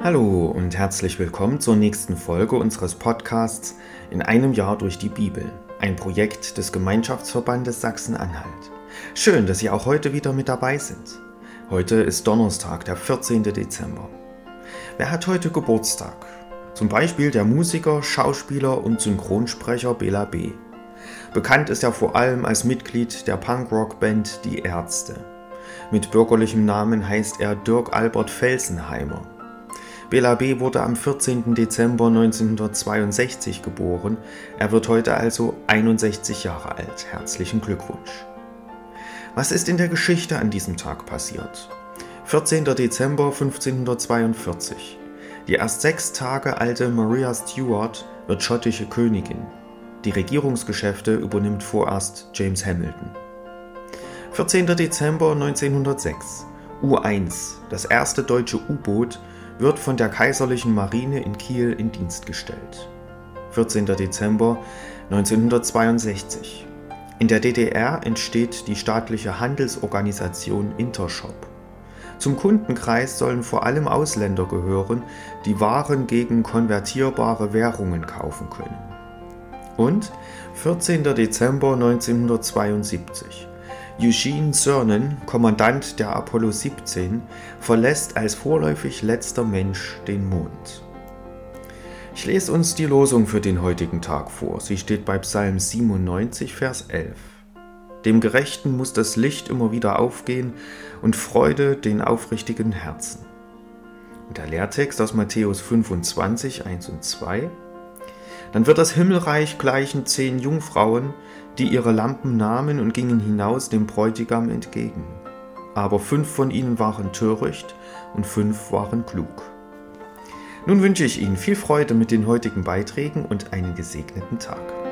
Hallo und herzlich willkommen zur nächsten Folge unseres Podcasts In einem Jahr durch die Bibel, ein Projekt des Gemeinschaftsverbandes Sachsen-Anhalt. Schön, dass Sie auch heute wieder mit dabei sind. Heute ist Donnerstag, der 14. Dezember. Wer hat heute Geburtstag? Zum Beispiel der Musiker, Schauspieler und Synchronsprecher Bela B. Bekannt ist er vor allem als Mitglied der Punkrock-Band Die Ärzte. Mit bürgerlichem Namen heißt er Dirk Albert Felsenheimer. Bela B. wurde am 14. Dezember 1962 geboren. Er wird heute also 61 Jahre alt. Herzlichen Glückwunsch. Was ist in der Geschichte an diesem Tag passiert? 14. Dezember 1542. Die erst 6 Tage alte Maria Stuart wird schottische Königin. Die Regierungsgeschäfte übernimmt vorerst James Hamilton. 14. Dezember 1906. U-1, das erste deutsche U-Boot, wird von der Kaiserlichen Marine in Kiel in Dienst gestellt. 14. Dezember 1962. In der DDR entsteht die staatliche Handelsorganisation Intershop. Zum Kundenkreis sollen vor allem Ausländer gehören, die Waren gegen konvertierbare Währungen kaufen können. Und 14. Dezember 1972. Eugene Cernan, Kommandant der Apollo 17, verlässt als vorläufig letzter Mensch den Mond. Ich lese uns die Losung für den heutigen Tag vor. Sie steht bei Psalm 97, Vers 11. Dem Gerechten muss das Licht immer wieder aufgehen und Freude den aufrichtigen Herzen. Und der Lehrtext aus Matthäus 25, 1 und 2. Dann wird das Himmelreich gleichen 10 Jungfrauen, die ihre Lampen nahmen und gingen hinaus dem Bräutigam entgegen. Aber 5 von ihnen waren töricht und 5 waren klug. Nun wünsche ich Ihnen viel Freude mit den heutigen Beiträgen und einen gesegneten Tag.